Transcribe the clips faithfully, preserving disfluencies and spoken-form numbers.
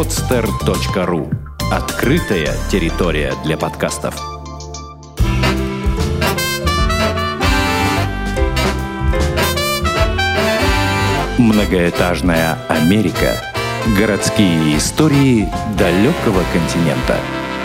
подстер точка ру. Открытая территория для подкастов. Многоэтажная Америка. Городские истории далекого континента.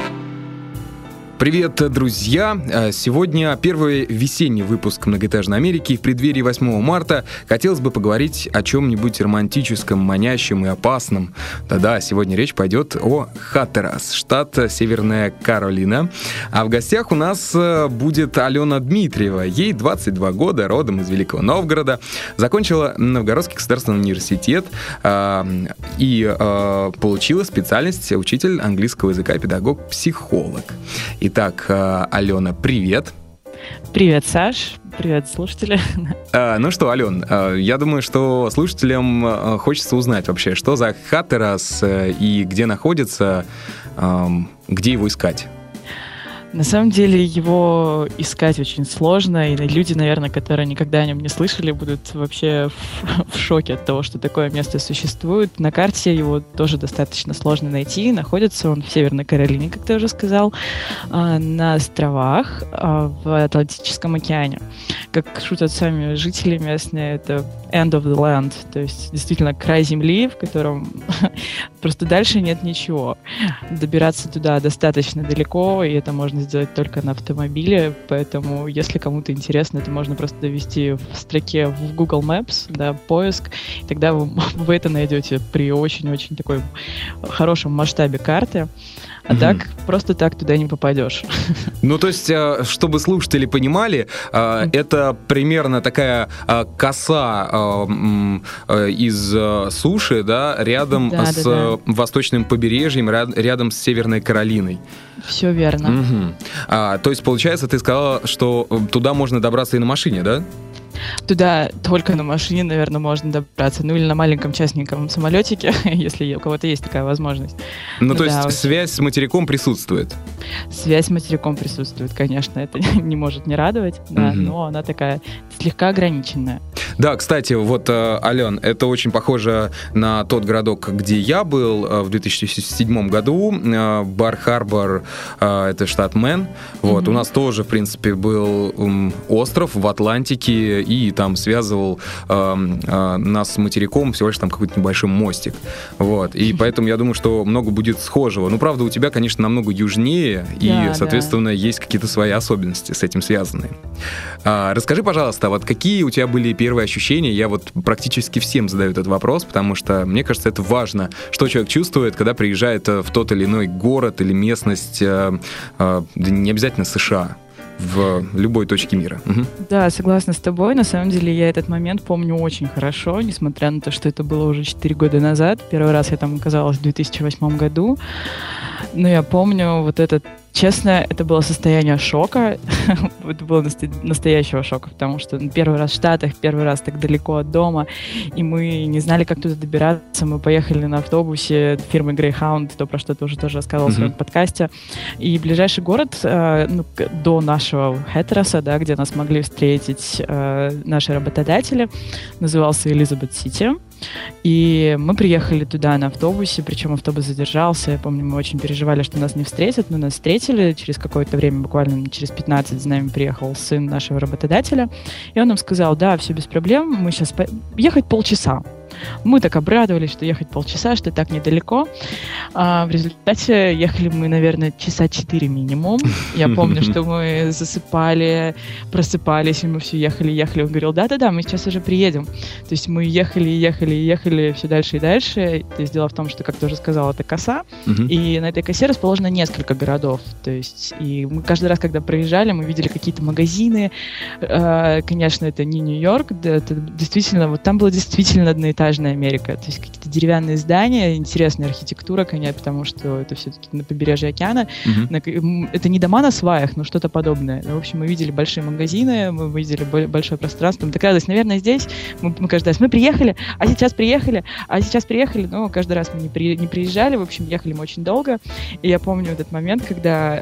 Привет, друзья! Сегодня первый весенний выпуск «Многоэтажной Америки». В преддверии восьмого марта хотелось бы поговорить о чем-нибудь романтическом, манящем и опасном. Да-да, сегодня речь пойдет о Хаттерас, штат Северная Каролина. А в гостях у нас будет Алена Дмитриева. Ей двадцать два года, родом из Великого Новгорода. Закончила Новгородский государственный университет э, и э, получила специальность учитель английского языка и педагог-психолог. Итак, Алена, привет. Привет, Саш. Привет, слушатели. А, ну что, Ален, я думаю, что слушателям хочется узнать вообще, что за Хаттерас и где находится, где его искать. На самом деле его искать очень сложно, и люди, наверное, которые никогда о нем не слышали, будут вообще в, в шоке от того, что такое место существует. На карте его тоже достаточно сложно найти. Находится он в Северной Каролине, как ты уже сказал, на островах в Атлантическом океане. Как шутят сами жители местные, это end of the land, то есть действительно край земли, в котором просто дальше нет ничего. Добираться туда достаточно далеко, и это можно сделать только на автомобиле, поэтому если кому-то интересно, это можно просто довести в строке в Google Maps, да, поиск, и тогда вы, вы это найдете при очень-очень такой хорошем масштабе карты. А mm-hmm. так, просто так туда не попадешь. Ну, то есть, чтобы слушатели понимали, mm-hmm. это примерно такая коса из суши, да, рядом да, с да, да. восточным побережьем, рядом с Северной Каролиной. Все верно. Mm-hmm. А, то есть, получается, ты сказала, что туда можно добраться и на машине, да? Туда только на машине, наверное, можно добраться. Ну или на маленьком частненьком самолетике, если у кого-то есть такая возможность. Ну, ну то да, есть вот. Связь с материком присутствует? Связь с материком присутствует, конечно. Это не может не радовать, да, угу. но она такая слегка ограниченная. Да, кстати, вот, Ален, это очень похоже на тот городок, где я был в две тысячи седьмом году. Бар-Харбор, это штат Мэн. Вот, угу. У нас тоже, в принципе, был остров в Атлантике, и там связывал э, э, нас с материком всего лишь там какой-то небольшой мостик. Вот. И поэтому я думаю, что много будет схожего. Ну, правда, у тебя, конечно, намного южнее, и, да, соответственно, да. есть какие-то свои особенности с этим связанные. А, расскажи, пожалуйста, вот какие у тебя были первые ощущения? Я вот практически всем задаю этот вопрос, потому что, мне кажется, это важно, что человек чувствует, когда приезжает в тот или иной город или местность, э, э, да не обязательно США, в любой точке мира. Угу. Да, согласна с тобой. На самом деле я этот момент помню очень хорошо, несмотря на то, что это было уже четыре года назад. Первый раз я там оказалась в две тысячи восьмом году. Но я помню вот этот... Честно, это было состояние шока. Это было настоящего шока, потому что первый раз в Штатах, первый раз так далеко от дома, и мы не знали, как туда добираться. Мы поехали на автобусе фирмы Greyhound, то, про что ты уже тоже рассказывал mm-hmm. в своем подкасте. И ближайший город ну, до нашего Хаттераса, да, где нас могли встретить наши работодатели, назывался Элизабет-Сити. И мы приехали туда на автобусе, причем автобус задержался. Я помню, мы очень переживали, что нас не встретят, но нас встретили. Через какое-то время, буквально через пятнадцать, за нами приехал сын нашего работодателя. И он нам сказал: да, все без проблем, мы сейчас по... ехать полчаса. Мы так обрадовались, что ехать полчаса, что так недалеко. А в результате ехали мы, наверное, часа четыре минимум. Я помню, что мы засыпали, просыпались, и мы все ехали, ехали. Он говорил: да-да-да, мы сейчас уже приедем. То есть мы ехали, ехали, ехали все дальше и дальше. То есть дело в том, что, как ты уже сказал, это коса. Uh-huh. И на этой косе расположено несколько городов. То есть и мы каждый раз, когда проезжали, мы видели какие-то магазины. Конечно, это не Нью-Йорк. Это действительно, вот там была действительно одноэтажная Америка. То есть какие-то деревянные здания, интересная архитектура, конечно, потому что это все-таки на побережье океана. Uh-huh. Это не дома на сваях, но что-то подобное. В общем, мы видели большие магазины, мы видели большое пространство. Мы так радовались, наверное, здесь мы, мы каждый раз, мы приехали, а сейчас приехали, а сейчас приехали, но каждый раз мы не, при, не приезжали. В общем, ехали мы очень долго. И я помню этот момент, когда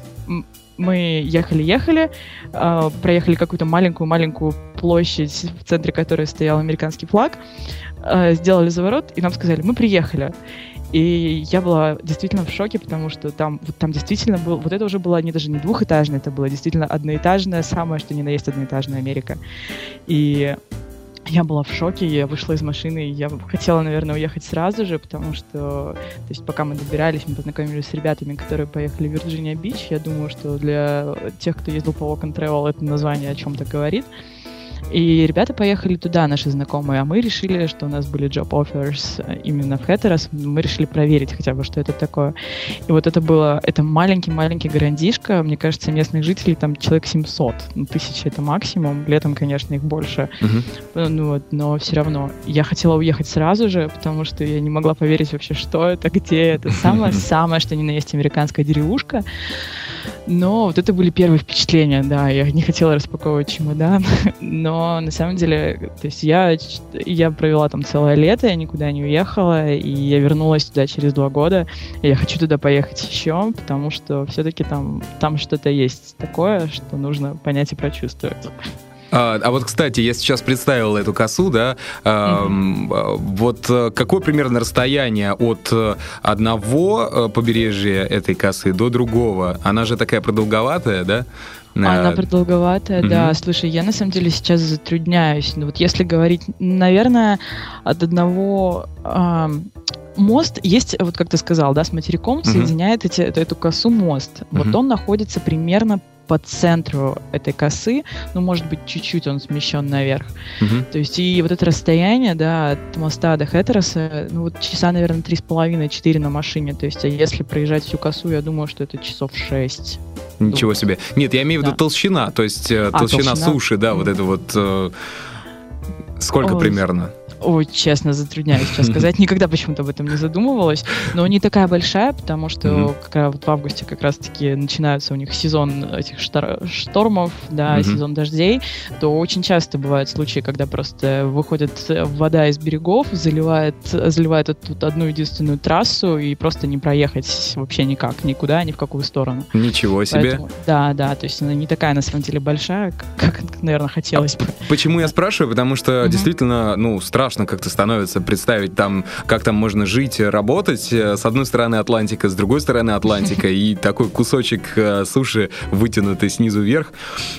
мы ехали-ехали, э, проехали какую-то маленькую-маленькую площадь, в центре которой стоял американский флаг, э, сделали заворот, и нам сказали: мы приехали. И я была действительно в шоке, потому что там, вот там действительно был, вот это уже было не даже не двухэтажное, это было действительно одноэтажное, самое что ни на есть одноэтажная Америка. И я была в шоке, я вышла из машины, и я хотела, наверное, уехать сразу же, потому что, то есть, пока мы добирались, мы познакомились с ребятами, которые поехали в Вирджиния-Бич. Я думаю, что для тех, кто ездил по Walk and Travel, это название о чем-то говорит. И ребята поехали туда, наши знакомые, а мы решили, что у нас были job offers именно в Hatteras, мы решили проверить хотя бы, что это такое. И вот это было, это маленький-маленький городишко, мне кажется, местных жителей там человек семьсот, ну, тысяча это максимум, летом, конечно, их больше, uh-huh. ну, вот, но все равно. Я хотела уехать сразу же, потому что я не могла поверить вообще, что это, где это, самое-самое, что ни на есть американская деревушка. Но вот это были первые впечатления, да, я не хотела распаковывать чемодан, но на самом деле, то есть я, я провела там целое лето, я никуда не уехала, и я вернулась туда через два года, и я хочу туда поехать еще, потому что все-таки там, там что-то есть такое, что нужно понять и прочувствовать. А, а вот, кстати, я сейчас представил эту косу, да, а, mm-hmm. вот какое примерно расстояние от одного побережья этой косы до другого? Она же такая продолговатая, да? Она продолговатая, mm-hmm. да. Слушай, я на самом деле сейчас затрудняюсь. Ну, вот если говорить, наверное, от одного... А, мост есть, вот как ты сказал, да, с материком mm-hmm. соединяет эти, эту косу мост. Mm-hmm. Вот он находится примерно по центру этой косы, ну, может быть, чуть-чуть он смещен наверх. Uh-huh. То есть, и вот это расстояние, да, от моста до Хэттераса, ну, вот часа, наверное, три с половиной-четыре на машине. То есть, а если проезжать всю косу, я думаю, что это часов шесть. Ничего думаю. себе. Нет, я имею в виду да. толщина, то есть а, толщина, толщина суши, да, mm-hmm. вот это вот... Э, сколько Ой. примерно? Ой, честно, затрудняюсь сейчас сказать. Никогда почему-то об этом не задумывалась. Но не такая большая, потому что mm-hmm. как раз вот в августе как раз-таки начинается у них сезон этих штор- штормов, да, mm-hmm. сезон дождей. То очень часто бывают случаи, когда просто выходит вода из берегов, заливает, заливает эту одну единственную трассу, и просто не проехать вообще никак, никуда, ни в какую сторону. Ничего себе. Поэтому, да, да, то есть она не такая, на самом деле, большая, как, как наверное, хотелось бы. Почему я спрашиваю? Потому что mm-hmm. действительно, ну, страшно как-то становится представить там, как там можно жить, работать. С одной стороны Атлантика, с другой стороны Атлантика, и такой кусочек суши, вытянутый снизу вверх.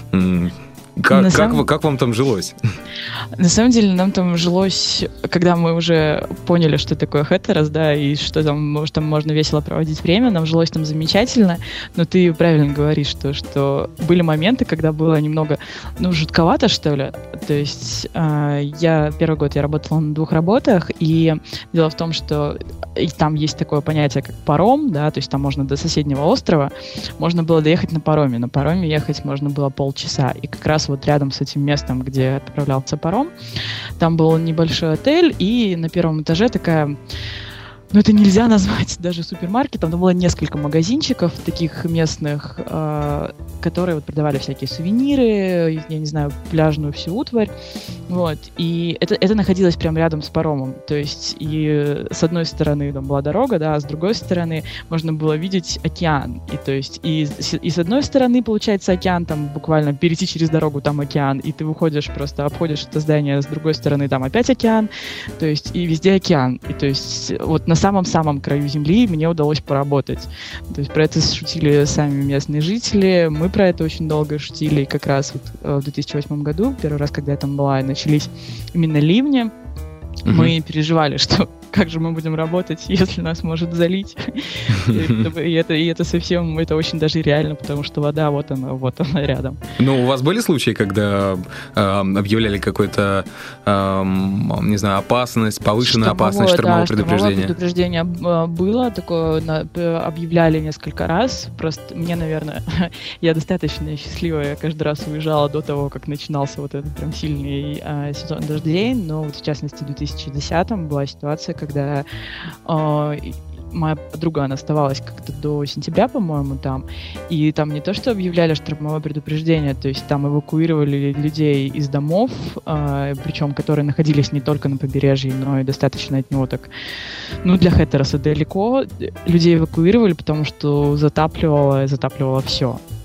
Как, как, самом... как вам там жилось? На самом деле нам там жилось, когда мы уже поняли, что такое Hatteras, да, и что там, что там можно весело проводить время, нам жилось там замечательно, но ты правильно говоришь, что, что были моменты, когда было немного, ну, жутковато, что ли. То есть э, я первый год я работала на двух работах, и дело в том, что и там есть такое понятие, как паром, да, то есть там можно до соседнего острова, можно было доехать на пароме. На пароме ехать можно было полчаса, и как раз вот рядом с этим местом, где отправлялся паром, там был небольшой отель, и на первом этаже такая... Ну, это нельзя назвать даже супермаркетом, там было несколько магазинчиков таких местных, э, которые вот продавали всякие сувениры, я не знаю, пляжную всю утварь, вот, и это, это находилось прямо рядом с паромом, то есть и с одной стороны там была дорога, да, а с другой стороны можно было видеть океан, и то есть и, и с одной стороны, получается, океан, там буквально перейти через дорогу, там океан, и ты выходишь просто, обходишь это здание, с другой стороны там опять океан, то есть и везде океан, и то есть вот на самом-самом краю земли мне удалось поработать. То есть про это шутили сами местные жители, мы про это очень долго шутили, и как раз вот в две тысячи восьмом году, первый раз, когда я там была, начались именно ливни, mm-hmm. мы переживали, что как же мы будем работать, если нас может залить. И это, и это совсем, это очень даже реально, потому что вода, вот она, вот она рядом. Ну, у вас были случаи, когда э, объявляли какую-то, э, не знаю, опасность, повышенную штормовое, опасность, штормовое да, предупреждение? Штормовое предупреждение было, такое на, объявляли несколько раз. Просто мне, наверное, я достаточно счастливая, я каждый раз уезжала до того, как начинался вот этот прям сильный э, сезон дождей, но вот в частности в две тысячи десятом была ситуация, когда э, моя подруга, она оставалась как-то до сентября, по-моему, там, и там не то, что объявляли штормовое предупреждение, то есть там эвакуировали людей из домов, э, причем которые находились не только на побережье, но и достаточно от него так, ну, для Хэттераса далеко, людей эвакуировали, потому что затапливало, затапливало все.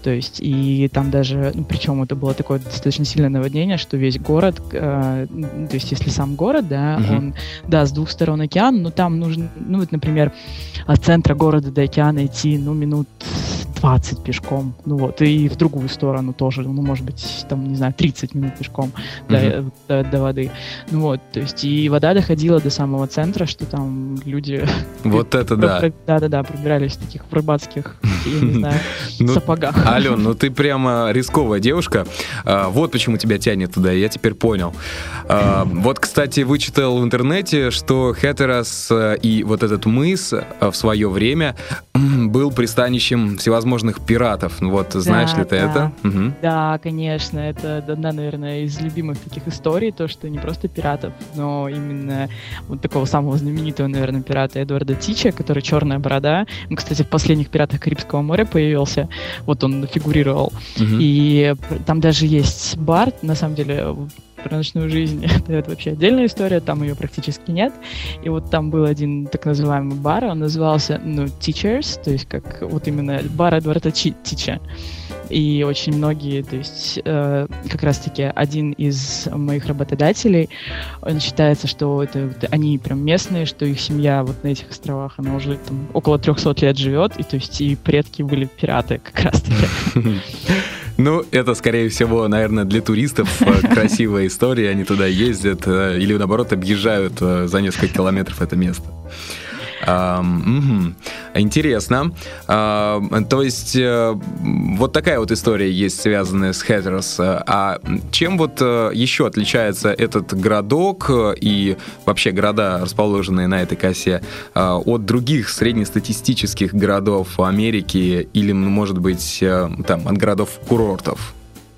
То есть, и там даже, ну, причем это было такое достаточно сильное наводнение, что весь город, э, то есть, если сам город, да, mm-hmm. он, да, с двух сторон океан, но там нужно, ну, вот, например, от центра города до океана идти, ну, минут двадцать пешком, ну вот, и в другую сторону тоже, ну, может быть, там, не знаю, тридцать минут пешком mm-hmm. до, до, до воды. Ну вот, то есть, и вода доходила до самого центра, что там люди... Вот это да. Да-да-да, пробирались в таких рыбацких, я не знаю, сапогах. Ален, ну ты прямо рисковая девушка. Вот почему тебя тянет туда, я теперь понял. Вот, кстати, вычитал в интернете, что Хэттерос и вот этот мыс в свое время был пристанищем всевозможных пиратов. Вот, знаешь да, ли ты да. это? Угу. Да, конечно. Это одна, наверное, из любимых таких историй, то, что не просто пиратов, но именно вот такого самого знаменитого, наверное, пирата Эдварда Тича, который «Черная борода». Он, кстати, в последних «Пиратах Карибского моря» появился. Вот он фигурировал. Угу. И там даже есть бар, на самом деле, про ночную жизнь. Это вообще отдельная история, там ее практически нет. И вот там был один так называемый бар, он назывался, ну, Teachers, то есть как вот именно бар Эдварда Тича. И очень многие, то есть э, как раз-таки один из моих работодателей, он считается, что это, это они прям местные, что их семья вот на этих островах, она уже там около трехсот лет живет, и то есть и предки были пираты как раз-таки. Ну, это, скорее всего, наверное, для туристов красивая история. Они туда ездят или, наоборот, объезжают за несколько километров это место. Uh, угу. Интересно. Uh, то есть uh, вот такая вот история есть, связанная с Хэттерос. А чем вот uh, еще отличается этот городок и вообще города, расположенные на этой косе, uh, от других среднестатистических городов Америки или, может быть, uh, там, от городов-курортов?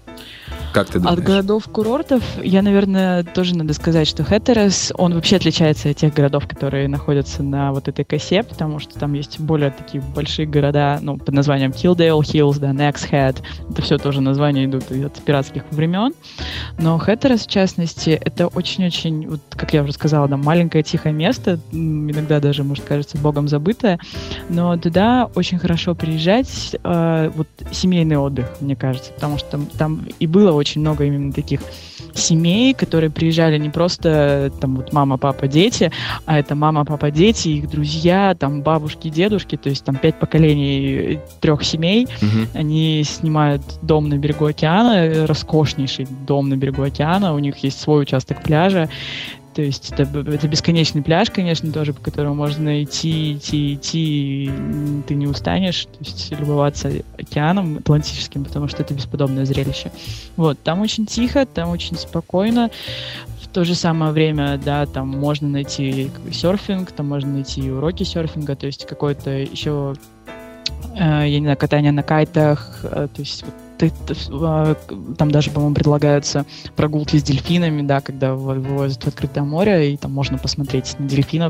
Как ты думаешь? От городов-курортов, я, наверное, тоже надо сказать, что Хэттерос, он вообще отличается от тех городов, которые находятся на вот этой косе, потому что там есть более такие большие города, ну, под названием Килдейл, Хиллз, да, Нексхед. Это все тоже названия идут от пиратских времен. Но Хэттерос, в частности, это очень-очень, вот, как я уже сказала, да, маленькое тихое место, иногда даже, может, кажется, богом забытое, но туда очень хорошо приезжать, э, вот, семейный отдых, мне кажется, потому что там, там и было очень очень много именно таких семей, которые приезжали не просто там вот мама, папа, дети, а это мама, папа, дети, их друзья, там бабушки, дедушки, то есть там пять поколений трех семей. Mm-hmm. Они снимают дом на берегу океана, роскошнейший дом на берегу океана, у них есть свой участок пляжа. То есть это, это бесконечный пляж, конечно, тоже, по которому можно идти, идти, идти, и ты не устанешь, то есть любоваться океаном Атлантическим, потому что это бесподобное зрелище. Вот, там очень тихо, там очень спокойно. В то же самое время, да, там можно найти серфинг, там можно найти уроки серфинга, то есть какое-то еще, э, я не знаю, катание на кайтах, э, то есть Ты, ты, там даже, по-моему, предлагаются прогулки с дельфинами, да, когда вывозят в открытое море, и там можно посмотреть на дельфинов.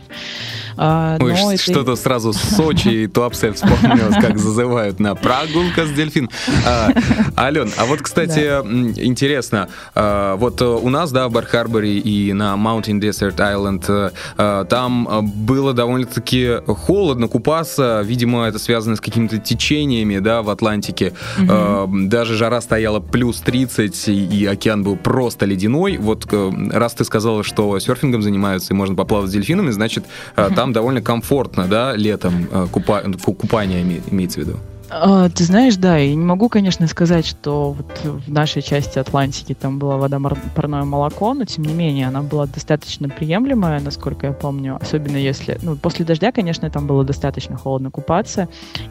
А, Ой, ш- это... что-то сразу с Сочи и Туапсе вспомнилось, как зазывают на прогулка с дельфином. А, Ален, а вот, кстати, да. интересно, а, вот у нас, да, в Бар-Харборе и на Mountain Desert Island, а, там было довольно-таки холодно купаться, видимо, это связано с какими-то течениями, да, в Атлантике. Mm-hmm. А, даже жара стояла плюс тридцать, и, и океан был просто ледяной. Вот раз ты сказала, что серфингом занимаются и можно поплавать с дельфинами, значит, mm-hmm. там довольно комфортно, да, летом купа- купание имеется в виду. А, ты знаешь, да, я не могу, конечно, сказать, что вот в нашей части Атлантики там была вода парное молоко, но тем не менее она была достаточно приемлемая, насколько я помню, особенно если, ну, после дождя, конечно, там было достаточно холодно купаться,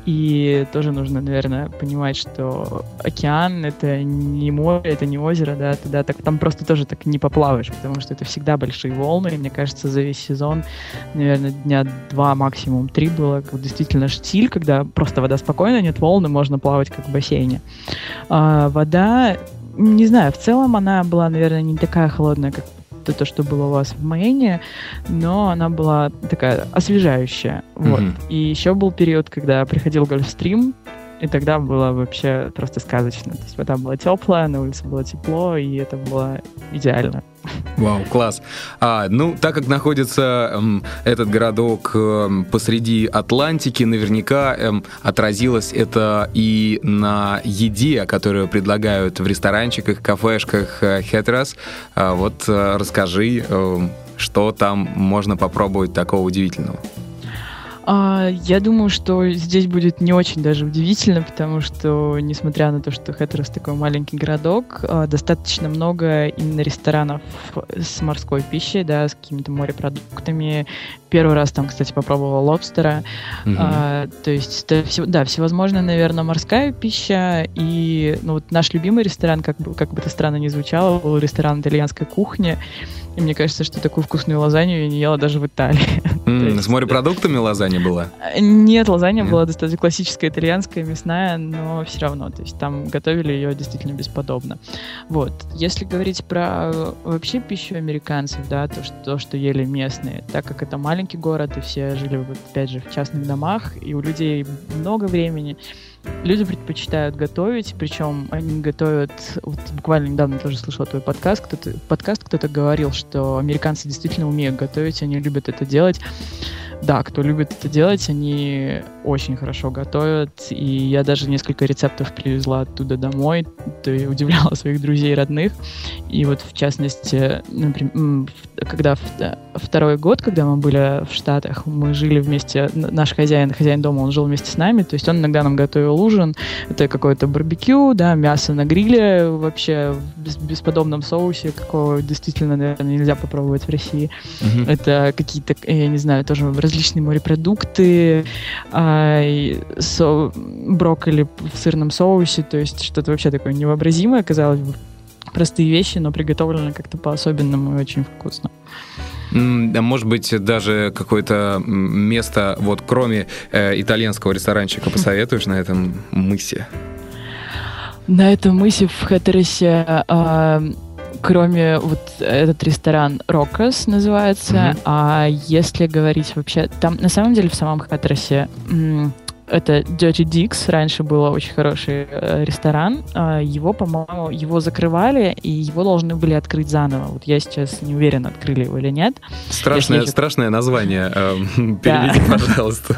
и тоже нужно, наверное, понимать, что океан — это не море, это не озеро, да, туда так, там просто тоже так не поплаваешь, потому что это всегда большие волны, и мне кажется, за весь сезон, наверное, дня два, максимум три было вот, действительно штиль, когда просто вода спокойная, нет волны, можно плавать как в бассейне. А, вода, не знаю, в целом она была, наверное, не такая холодная, как то, что было у вас в Мэйне, но она была такая освежающая. Mm-hmm. Вот. И еще был период, когда приходил Гольфстрим, и тогда было вообще просто сказочно. То есть вода была теплая, на улице было тепло, и это было идеально. Вау, класс. А, ну, так как находится эм, этот городок эм, посреди Атлантики, наверняка эм, отразилось это и на еде, которую предлагают в ресторанчиках, кафешках э, Hatteras. А, вот э, расскажи, э, что там можно попробовать такого удивительного. Я думаю, что здесь будет не очень даже удивительно, потому что, несмотря на то, что Hatteras такой маленький городок, достаточно много именно ресторанов с морской пищей, да, с какими-то морепродуктами. Первый раз там, кстати, попробовала лобстера. Mm-hmm. А, то есть, да, всевозможная, наверное, морская пища. И ну, вот наш любимый ресторан, как бы, как бы это странно ни звучало, был ресторан итальянской кухни. И мне кажется, что такую вкусную лазанью я не ела даже в Италии. Mm, есть... С морепродуктами лазанья была? Нет, лазанья Нет. была достаточно классическая, итальянская, мясная, но все равно. То есть там готовили ее действительно бесподобно. Вот. Если говорить про вообще пищу американцев, да, то, что, то, что ели местные, так как это маленький город, и все жили, вот, опять же, в частных домах, и у людей много времени, люди предпочитают готовить, причем они готовят... Вот буквально недавно тоже слышала твой подкаст, кто-то, подкаст, кто-то говорил, что американцы действительно умеют готовить, они любят это делать. Да, кто любит это делать, они очень хорошо готовят, и я даже несколько рецептов привезла оттуда домой, то и удивляла своих друзей и родных. И вот, в частности, например, когда второй год, когда мы были в Штатах, мы жили вместе, наш хозяин, хозяин дома, он жил вместе с нами, то есть он иногда нам готовил ужин, это какое-то барбекю, да, мясо на гриле, вообще в бесподобном соусе, какого действительно, наверное, нельзя попробовать в России. Mm-hmm. Это какие-то, я не знаю, тоже различные морепродукты, а, со, брокколи в сырном соусе, то есть что-то вообще такое невообразимое, казалось бы, простые вещи, но приготовлены как-то по-особенному и очень вкусно. А может быть, даже какое-то место, вот кроме э, итальянского ресторанчика, посоветуешь на этом мысе? На этом мысе в Хэттерасе, э, кроме вот этот ресторан Роккос называется, mm-hmm. а если говорить вообще, там на самом деле в самом Хэттерасе м- это Dirty Dick's, раньше был очень хороший э, ресторан, э, его, по-моему, его закрывали, и его должны были открыть заново. Вот я сейчас не уверена, открыли его или нет. Страшное, Если... страшное название. Переведи, пожалуйста.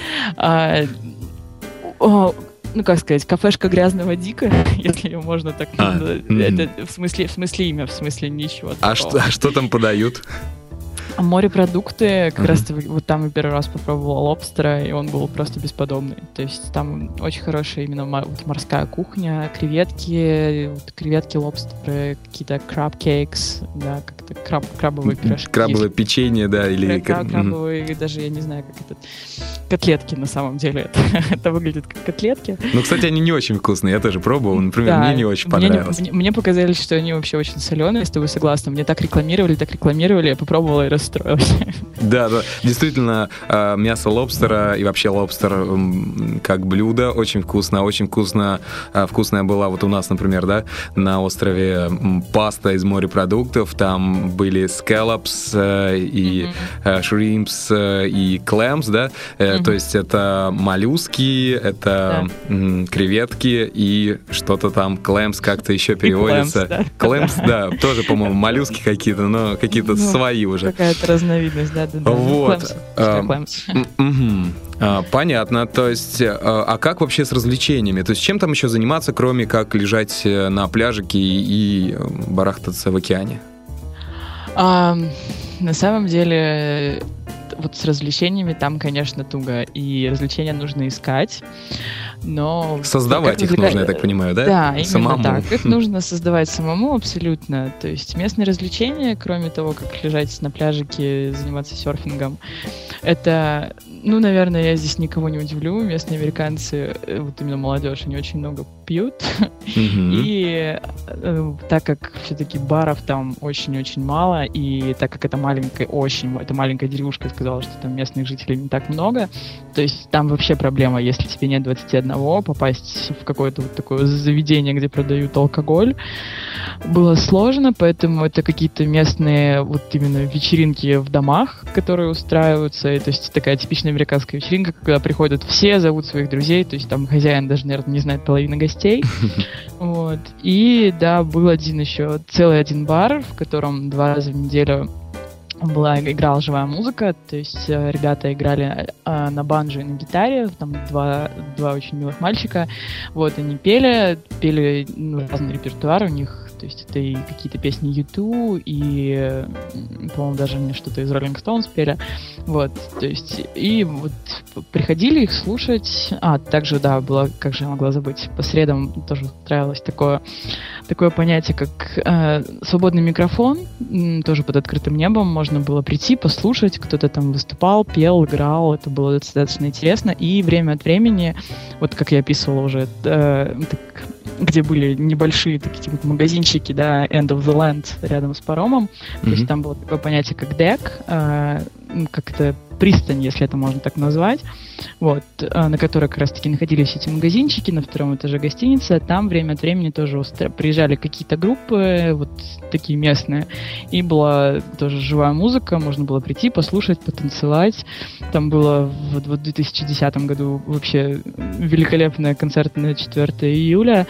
Ну, как сказать, кафешка грязного Дика, если ее можно так назвать. Это в смысле, в смысле имя, в смысле ничего. А что там подают? Морепродукты, как uh-huh. раз вот там я первый раз попробовала лобстера, и он был просто бесподобный. То есть там очень хорошая именно вот морская кухня, креветки, вот креветки, лобстеры, какие-то crab cakes, да, как-то краб, крабовые пирожки. Крабовое печенье, да, или... Краб, крабовые, uh-huh. даже, я не знаю, как это... Котлетки, на самом деле. Это, это выглядит как котлетки. Ну, кстати, они не очень вкусные, я тоже пробовал, например, да, мне не очень мне понравилось. Не, мне, мне показалось, что они вообще очень соленые, если вы согласны. Мне так рекламировали, так рекламировали, я попробовала и расстроилась. Да, да, действительно, мясо лобстера и вообще лобстер как блюдо очень вкусно, очень вкусно, вкусная была вот у нас, например, да, на острове паста из морепродуктов, там были scallops и mm-hmm. shrimps и clams, да, mm-hmm. то есть это моллюски, это да. креветки и что-то там, clams как-то еще переводится. Clams, да. да, тоже, по-моему, моллюски какие-то, но какие-то ну, свои уже. Какая-то разновидность, да, да, да. Вот. А, угу. а, понятно. То есть, а, а как вообще с развлечениями? То есть, чем там еще заниматься, кроме как лежать на пляжике и, и барахтаться в океане? А, на самом деле, вот с развлечениями там, конечно, туго. И развлечения нужно искать. Но создавать их развлека... нужно, я так понимаю, да? Да, именно самому. Так. Их нужно создавать самому абсолютно. То есть местные развлечения, кроме того, как лежать на пляжике, заниматься серфингом, это, ну, наверное, я здесь никого не удивлю. Местные американцы, вот именно молодежь, они очень много пьют. Mm-hmm. И э, так как все-таки баров там очень-очень мало, и так как это маленькая, очень, это маленькая деревушка, я сказала, что там местных жителей не так много, то есть там вообще проблема, если тебе нет двадцати одного, попасть в какое-то вот такое заведение, где продают алкоголь, было сложно, поэтому это какие-то местные вот именно вечеринки в домах, которые устраиваются, и, то есть такая типичная типичная американская вечеринка, когда приходят все, зовут своих друзей, то есть там хозяин даже, наверное, не знает половины гостей. Вот. И да, был один еще, целый один бар, в котором два раза в неделю была, играла живая музыка, то есть э, ребята играли э, на банджо и на гитаре, там два, два очень милых мальчика, вот, они пели, пели ну, разный репертуар у них, то есть это и какие-то песни ю ту, и, э, по-моему, даже мне что-то из Rolling Stones пели, вот, то есть, и вот приходили их слушать, а, также, да, было, как же я могла забыть, по средам тоже устраивалось такое, такое понятие, как э, свободный микрофон, м, тоже под открытым небом, можно было прийти, послушать, кто-то там выступал, пел, играл, это было достаточно интересно, и время от времени, вот как я описывала уже, э, так, где были небольшие такие типа, магазинчики, да, End of the Land рядом с паромом, mm-hmm. то есть там было такое понятие, как дек, э, как-то пристань, если это можно так назвать, вот, на которой как раз-таки находились эти магазинчики на втором этаже гостиницы. Там время от времени тоже устра... приезжали какие-то группы, вот такие местные, и была тоже живая музыка, можно было прийти, послушать, потанцевать. Там было в, в две тысячи десятом году вообще великолепное концертное четвёртого июля.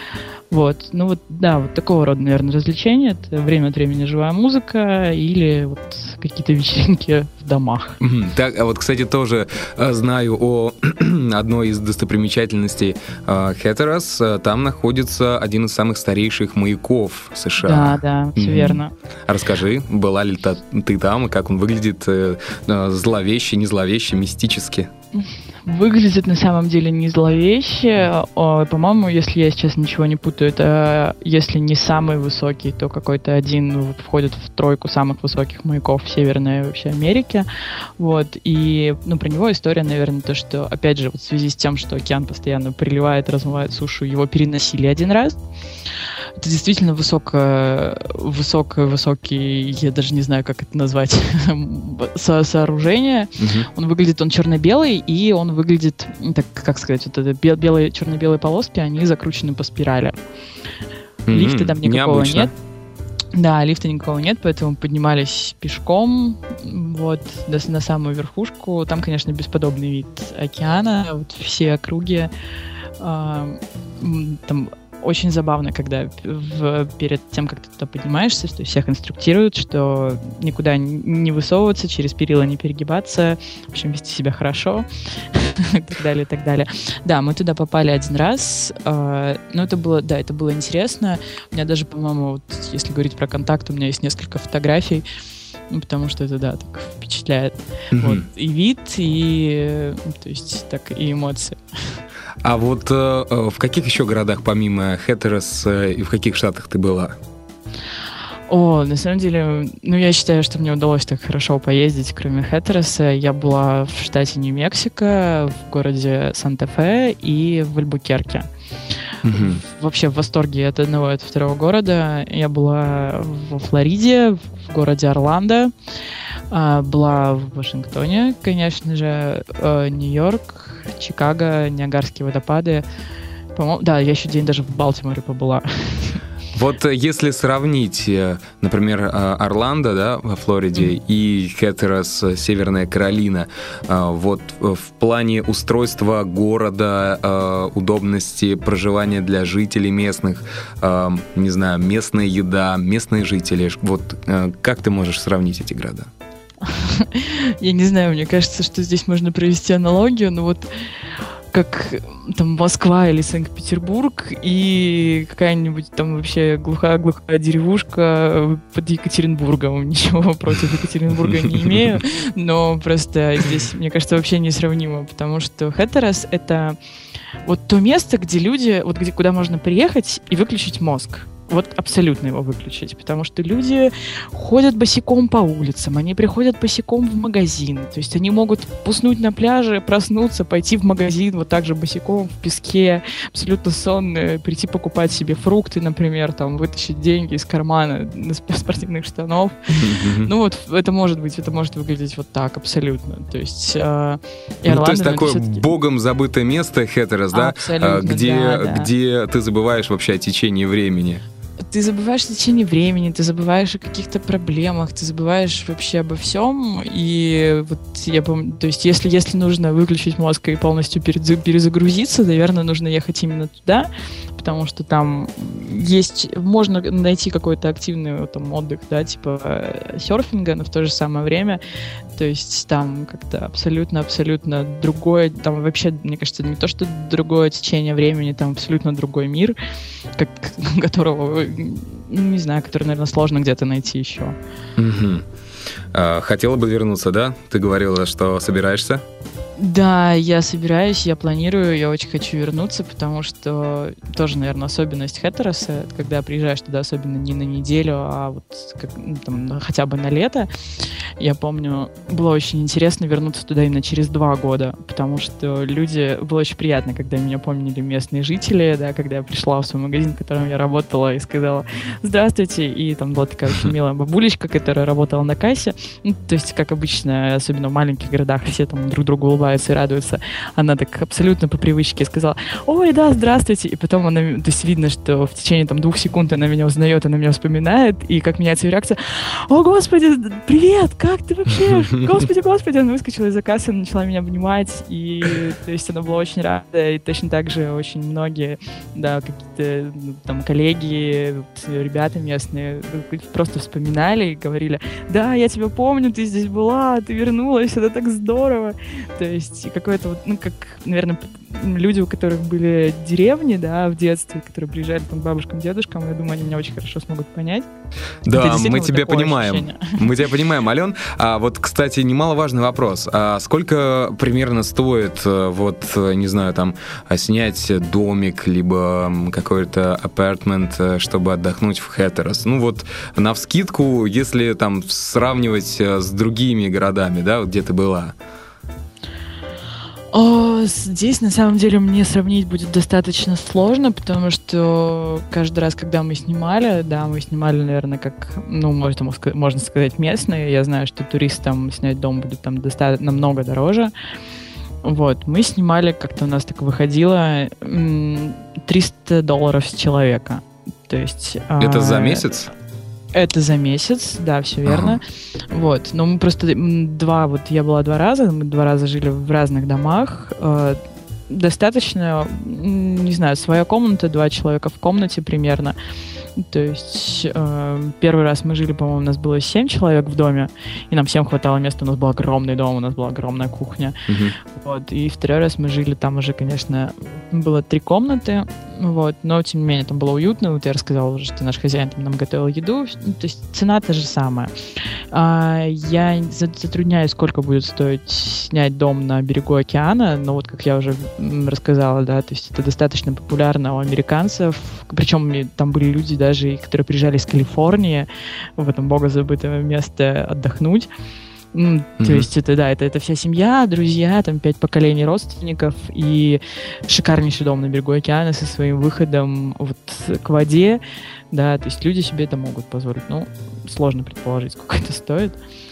Вот, ну вот, да, вот такого рода, наверное, развлечения. Это время от времени живая музыка или вот какие-то вечеринки в домах. Так, а вот, кстати, тоже э, знаю о одной из достопримечательностей э, Хэттерос. Там находится один из самых старейших маяков США. Да, да, все mm-hmm. верно. Расскажи, была ли та, ты там, и как он выглядит э, зловеще, не зловеще, мистически? Выглядит на самом деле не зловеще. По-моему, если я сейчас ничего не путаю, это если не самый высокий, то какой-то один входит в тройку самых высоких маяков в Северной вообще Америке. Вот. И ну, про него история, наверное, то, что, опять же, вот в связи с тем, что океан постоянно приливает, размывает сушу, его переносили один раз. Это действительно высоко, высоко, высокий, я даже не знаю, как это назвать, со- сооружение. Uh-huh. Он выглядит, он черно-белый, и он выглядит, так, как сказать, вот это белые, черно-белые полоски, они закручены по спирали. Uh-huh. Лифта там никакого Необычно. Нет. Да, лифта никакого нет, поэтому поднимались пешком, вот, до, на самую верхушку. Там, конечно, бесподобный вид океана, вот все округи, э, там очень забавно, когда в, перед тем, как ты туда поднимаешься, то есть всех инструктируют, что никуда не высовываться, через перила не перегибаться, в общем, вести себя хорошо, и так далее, и так далее. Да, мы туда попали один раз, э, но это было, да, это было интересно. У меня даже, по-моему, вот, если говорить про контакт, у меня есть несколько фотографий, ну, потому что это, да, так впечатляет. Mm-hmm. Вот, и вид, и, то есть, так, и эмоции. А вот э, в каких еще городах, помимо Хэттерос, э, и в каких штатах ты была? О, на самом деле, ну, я считаю, что мне удалось так хорошо поездить, кроме Хэттероса. Я была в штате Нью-Мексико, в городе Санта-Фе и в Альбукерке. Mm-hmm. Вообще в восторге от одного и от второго города. Я была во Флориде, в городе Орландо, была в Вашингтоне, конечно же, Нью-Йорк, Чикаго, Ниагарские водопады. По-моему, да, я еще день даже в Балтиморе побыла. Вот если сравнить, например, Орландо, да, во Флориде, mm-hmm. и Хэттерос, Северная Каролина, вот в плане устройства города, удобности проживания для жителей местных, не знаю, местная еда, местные жители, вот как ты можешь сравнить эти города? Я не знаю, мне кажется, что здесь можно провести аналогию, но вот как там Москва или Санкт-Петербург и какая-нибудь там вообще глухая-глухая деревушка под Екатеринбургом. Ничего против Екатеринбурга не имею, но просто здесь, мне кажется, вообще несравнимо, потому что Хэттерос — это вот то место, где люди, вот где, куда можно приехать и выключить мозг. Вот абсолютно его выключить, потому что люди ходят босиком по улицам, они приходят босиком в магазин, то есть они могут уснуть на пляже, проснуться, пойти в магазин вот так же босиком в песке, абсолютно сонные, прийти покупать себе фрукты, например, там, вытащить деньги из кармана спортивных штанов. Ну вот это может быть, это может выглядеть вот так абсолютно, то есть э, ну, то есть такое богом забытое место Хэттерос, да, где, да, да. где ты забываешь вообще о течении времени. ты забываешь о течение времени, ты забываешь о каких-то проблемах, ты забываешь вообще обо всем. И вот я помню, то есть если, если нужно выключить мозг и полностью перезагрузиться, наверное, нужно ехать именно туда, потому что там есть, можно найти какой-то активный там отдых, да, типа серфинга, но в то же самое время, то есть там как-то абсолютно-абсолютно другое, там вообще, мне кажется, не то, что другое течение времени, там абсолютно другой мир, как, которого, не знаю, который, наверное, сложно где-то найти еще. Угу. А, хотела бы вернуться, да? Ты говорила, что собираешься? Да, я собираюсь, я планирую, я очень хочу вернуться, потому что тоже, наверное, особенность Хэттероса, когда приезжаешь туда, особенно не на неделю, а вот как, ну, там, хотя бы на лето. Я помню, было очень интересно вернуться туда именно через два года, потому что люди... Было очень приятно, когда меня помнили местные жители, да, когда я пришла в свой магазин, в котором я работала, и сказала «Здравствуйте», и там была такая очень милая бабулечка, которая работала на кассе. Ну, то есть, как обычно, особенно в маленьких городах, все там друг другу улыбаются и радуется. Она так абсолютно по привычке сказала: «Ой, да, здравствуйте». И потом она, то есть видно, что в течение там двух секунд она меня узнает, она меня вспоминает, и как меняется ее реакция: «О, Господи, привет, как ты вообще? Господи, Господи». Она выскочила из-за кассы, начала меня обнимать, и то есть она была очень рада, и точно так же очень многие, да, какие-то там коллеги, вот, ребята местные просто вспоминали и говорили: «Да, я тебя помню, ты здесь была, ты вернулась, это так здорово». То есть какое-то вот, ну, как, наверное, люди, у которых были деревни, да, в детстве, которые приезжали там к бабушкам, дедушкам, я думаю, они меня очень хорошо смогут понять. Да, мы тебя понимаем. Ощущение. Мы тебя понимаем, Ален. А вот, кстати, немаловажный вопрос. А сколько примерно стоит, вот, не знаю, там, снять домик, либо какой-то апартмент, чтобы отдохнуть в Хэттерос? Ну вот, навскидку, если там сравнивать с другими городами, да, где ты была. О, здесь, на самом деле, мне сравнить будет достаточно сложно, потому что каждый раз, когда мы снимали, да, мы снимали, наверное, как, ну, можно, можно сказать, местные. Я знаю, что туристам снять дом будет там достаточно, намного дороже. Вот, мы снимали, как-то у нас так выходило, триста долларов с человека. То есть... Это а... за месяц? Это за месяц, да, все верно. Ага. Вот, но мы просто два, вот я была два раза, мы два раза жили в разных домах. Э, достаточно, не знаю, своя комната, два человека в комнате примерно. То есть э, первый раз мы жили, по-моему, у нас было семь человек в доме, и нам всем хватало места, у нас был огромный дом, у нас была огромная кухня. Uh-huh. Вот, и второй раз мы жили, там уже, конечно, было три комнаты, вот, но, тем не менее, там было уютно. Вот я рассказала уже, что наш хозяин там нам готовил еду, то есть цена та же самая. А, я затрудняюсь, сколько будет стоить снять дом на берегу океана, но вот, как я уже рассказала, да, то есть это достаточно популярно у американцев, причем там были люди, да, даже, которые приезжали из Калифорнии в этом богозабытое место отдохнуть. Mm-hmm. То есть это, да, это, это вся семья, друзья, там пять поколений родственников и шикарнейший дом на берегу океана со своим выходом вот к воде, да, то есть люди себе это могут позволить. Ну, сложно предположить, сколько это стоит.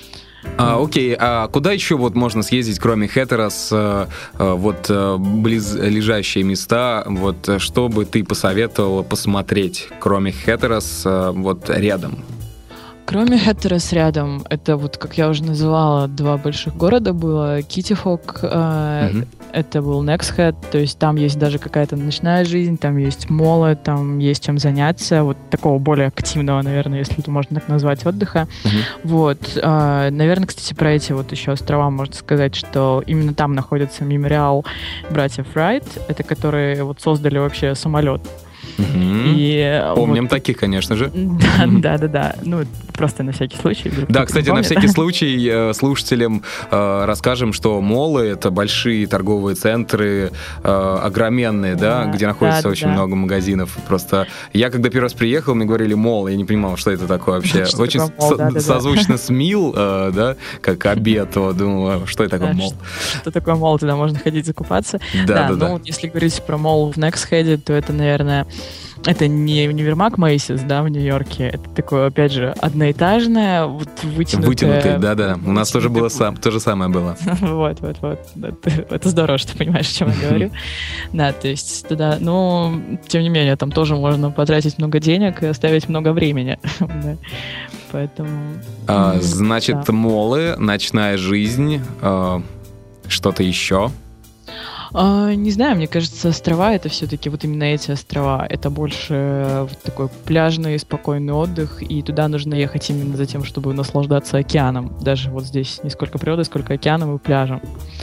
А, окей, а куда еще вот можно съездить, кроме Хэттерос, а, а, вот а, близлежащие места, вот что бы ты посоветовала посмотреть, кроме Хэттерос, а, вот рядом? Кроме Хэттерос рядом, это вот, как я уже называла, два больших города было. Китти-Хок, э, mm-hmm. это был Next Head, то есть там есть даже какая-то ночная жизнь, там есть молы, там есть чем заняться, вот такого более активного, наверное, если это можно так назвать, отдыха. Mm-hmm. Вот, э, наверное, кстати, про эти вот еще острова можно сказать, что именно там находится мемориал братьев Райт, это которые вот создали вообще самолет. Mm-hmm. И помним вот, таких, конечно же. Да, да, да, да. Ну, просто на всякий случай. Да, кстати, на всякий случай слушателям э, расскажем, что молы — это большие торговые центры, э, огроменные, да, да, где находится да, очень да. много магазинов. Просто я, когда первый раз приехал, мне говорили мол, я не понимал, что это такое вообще. Что очень такое мол, с- да, да, созвучно да. с мил, э, да, как обед. Вот, думаю, что это такое да, мол? Что, что такое мол? Туда можно ходить закупаться. Да, да, да. да. Ну, да. Если говорить про мол в Next Head, то это, наверное, это не универмаг Мейсис, да, в Нью-Йорке, это такое, опять же, одноэтажное, вот вытянутое. Вытянутый, да-да, у нас тоже было сам, то же самое было. Вот, вот, вот, это здорово, что ты понимаешь, о чем я говорю. Да, то есть туда, ну, тем не менее, там тоже можно потратить много денег и оставить много времени, поэтому... Значит, молы, ночная жизнь, что-то еще? Uh, не знаю, мне кажется, острова — это все-таки вот именно эти острова. Это больше вот такой пляжный, спокойный отдых, и туда нужно ехать именно за тем, чтобы наслаждаться океаном. Даже вот здесь не сколько природы, сколько океаном и пляжем.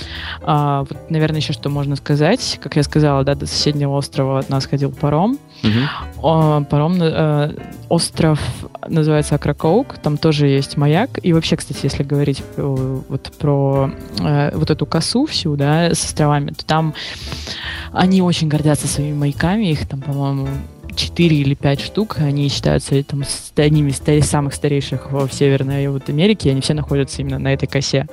Uh, вот, наверное, еще что можно сказать. Как я сказала, да, до соседнего острова от нас ходил паром. Uh-huh. Uh, паром, uh, остров называется Окракоук, там тоже есть маяк. И вообще, кстати, если говорить uh, вот про uh, вот эту косу всю, да, с островами, то там они очень гордятся своими маяками, их там, по-моему, четыре или пять штук, они считаются там одними из самых старейших в Северной вот Америке, и они все находятся именно на этой косе.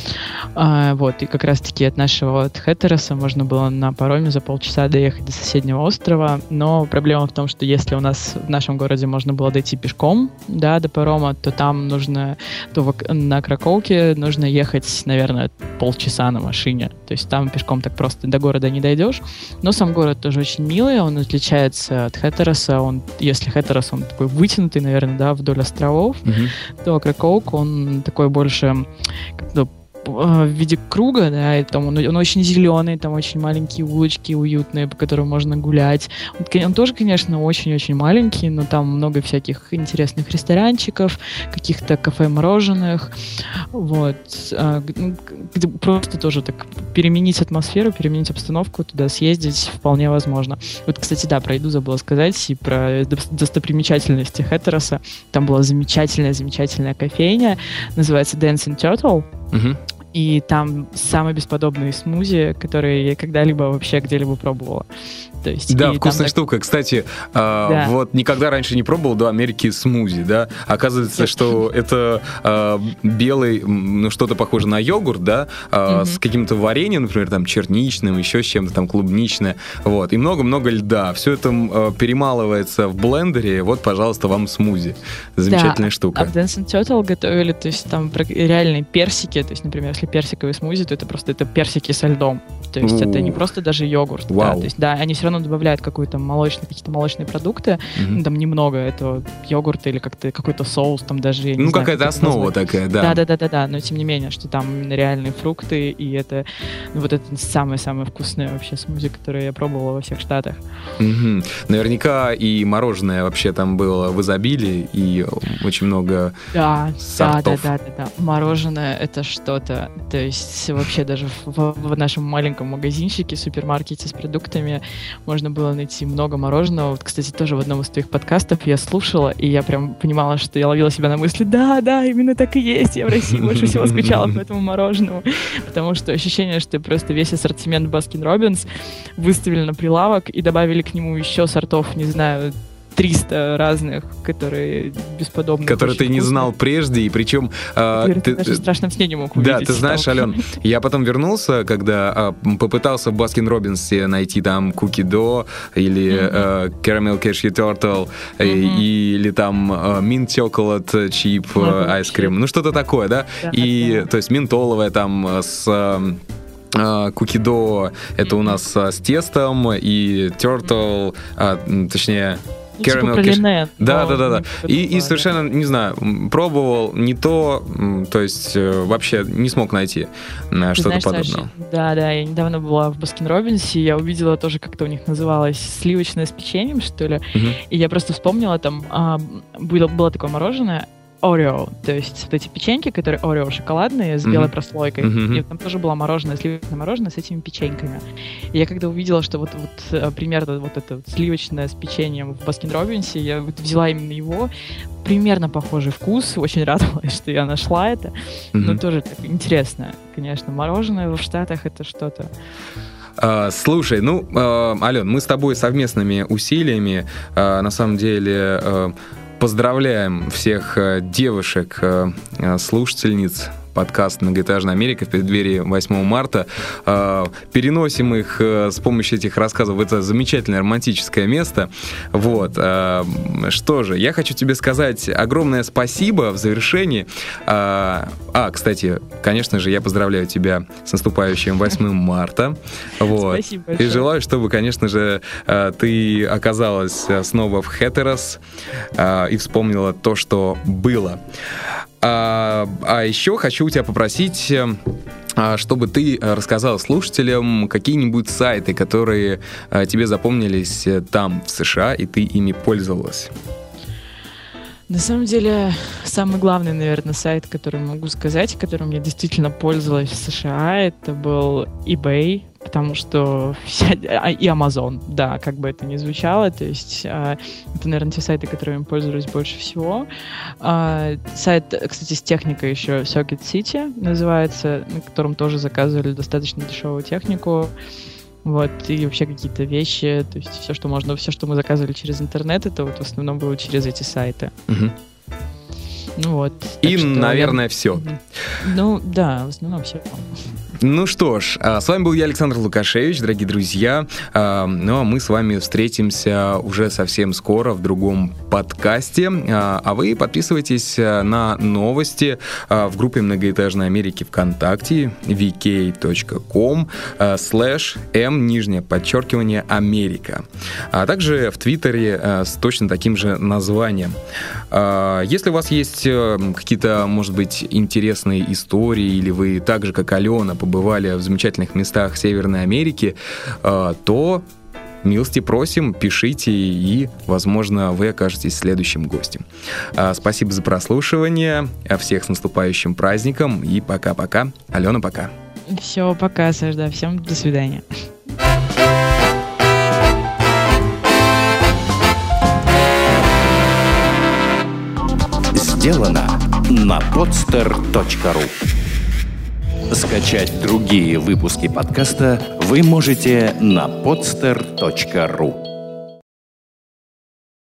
А, вот, и как раз-таки от нашего от Хэттероса можно было на пароме за полчаса доехать до соседнего острова, но проблема в том, что если у нас в нашем городе можно было дойти пешком, да, до парома, то там нужно, то в, на Кракоуке нужно ехать, наверное, полчаса на машине, то есть там пешком так просто до города не дойдешь, но сам город тоже очень милый, он отличается от Хэттероса, он, если Хэттерос, он такой вытянутый, наверное, да, вдоль островов, mm-hmm. то Кракоук, он такой больше как-то в виде круга, да, и там он, он очень зеленый, там очень маленькие улочки уютные, по которым можно гулять. Он, он тоже, конечно, очень-очень маленький, но там много всяких интересных ресторанчиков, каких-то кафе-мороженых, вот, где просто тоже так переменить атмосферу, переменить обстановку, туда съездить вполне возможно. Вот, кстати, да, про еду забыла сказать, и про достопримечательности Хэттероса. Там была замечательная-замечательная кофейня, называется Dancing Turtle. Uh-huh. И там самый бесподобный смузи, который я когда-либо вообще где-либо пробовала. То есть, да, вкусная штука. Так... Кстати, э, да. вот никогда раньше не пробовал до Америки смузи, да? Оказывается, что это э, белый, ну, что-то похоже на йогурт, да, э, mm-hmm. с каким-то вареньем, например, там, черничным, еще с чем-то там, клубничное, вот, и много-много льда. Все это э, перемалывается в блендере, вот, пожалуйста, вам смузи. Замечательная да. штука. А в Dancing Turtle готовили, то есть там реальные персики, то есть, например, если персиковый смузи, то это просто это персики со льдом. То есть У-у-у. это не просто даже йогурт. Да, то есть, да, они все равно добавляют какой-то молочный, какие-то молочные продукты, mm-hmm. там немного этого йогурта или как-то какой-то соус, там даже, я не ну, знаю, какая-то основа такая, да. Да-да-да-да, но тем не менее, что там именно реальные фрукты, и это, ну, вот это самое-самое вкусное вообще смузи, которое я пробовала во всех штатах. Mm-hmm. Наверняка и мороженое вообще там было в изобилии, и очень много да, сортов. Да-да-да-да, мороженое — это что-то, то есть вообще даже в, в нашем маленьком магазинчике, супермаркете с продуктами можно было найти много мороженого. Вот, кстати, тоже в одном из твоих подкастов я слушала, и я прям понимала, что я ловила себя на мысли, да, да, именно так и есть, я в России больше всего скучала по этому мороженому, потому что ощущение, что просто весь ассортимент Баскин Роббинс выставили на прилавок и добавили к нему еще сортов, не знаю, триста разных, которые бесподобные. Которые ты вкусные. Не знал прежде, и причем... Э, ты, ты даже в страшном сне не мог увидеть. Да, ты знаешь, Ален, я потом вернулся, когда э, попытался в Баскин Роббинсе найти там Cookie Dough или mm-hmm. э, Caramel Cashew Turtle mm-hmm. и, или там э, Mint Chocolate Chip mm-hmm. Ice Cream, ну что-то такое, да? да и, да. То есть ментоловое там с... Э, Cookie Dough это mm-hmm. у нас а, с тестом, и Turtle, а, точнее... Caramel Cash... Да, да, да, да. И, и совершенно, не знаю, пробовал не то, то есть вообще не смог найти Ты что-то знаешь, подобного. Саша, да, да, я недавно была в Баскин Роббинсе, я увидела тоже, как-то у них называлось сливочное с печеньем, что ли, uh-huh. и я просто вспомнила, там а, было, было такое мороженое, Орео, то есть вот эти печеньки, которые Орео шоколадные с белой mm-hmm. прослойкой, mm-hmm. и там тоже было мороженое, сливочное мороженое с этими печеньками. И я когда увидела, что вот, вот примерно вот это вот сливочное с печеньем в Баскин Роббинсе, я вот взяла именно его, примерно похожий вкус, очень радовалась, что я нашла это, mm-hmm. но тоже так интересно, конечно, мороженое в Штатах это что-то. Uh, слушай, ну, uh, Ален, мы с тобой совместными усилиями, uh, на самом деле, uh, поздравляем всех uh, девушек, uh, слушательниц подкаст «Многоэтажная Америка» в преддверии восьмого марта. Переносим их с помощью этих рассказов в это замечательное романтическое место. Вот. Что же, я хочу тебе сказать огромное спасибо в завершении. А, кстати, конечно же, я поздравляю тебя с наступающим восьмым марта. Вот. Спасибо большое. И желаю, чтобы, конечно же, ты оказалась снова в Хетерос и вспомнила то, что было. А, а еще хочу у тебя попросить, чтобы ты рассказал слушателям какие-нибудь сайты, которые тебе запомнились там, в США, и ты ими пользовалась. На самом деле, самый главный, наверное, сайт, который могу сказать, которым я действительно пользовалась в США, это был eBay, потому что вся... и Amazon, да, как бы это ни звучало, то есть это, наверное, те сайты, которыми пользовались больше всего. Сайт, кстати, с техникой еще Circuit City называется, на котором тоже заказывали достаточно дешевую технику. Вот, и вообще какие-то вещи, то есть все, что можно, все, что мы заказывали через интернет, это вот в основном было через эти сайты. Угу. Ну вот. И, наверное, я... все. Ну, да, в основном все. Ну что ж, с вами был я, Александр Лукашевич, дорогие друзья. Ну а мы с вами встретимся уже совсем скоро в другом подкасте. А вы подписывайтесь на новости в группе «Многоэтажной Америки» ВКонтакте ви кей точка ком слэш эм, нижнее подчеркивание, Америка. А также в Твиттере с точно таким же названием. Если у вас есть какие-то, может быть, интересные истории, или вы так же, как Алена, побывали в замечательных местах Северной Америки, то милости просим, пишите, и, возможно, вы окажетесь следующим гостем. Спасибо за прослушивание, всех с наступающим праздником, и пока-пока. Алена, пока. Все, пока, Саш, да, всем до свидания. Сделано на подстер точка ру. Скачать другие выпуски подкаста вы можете на подстер точка ру.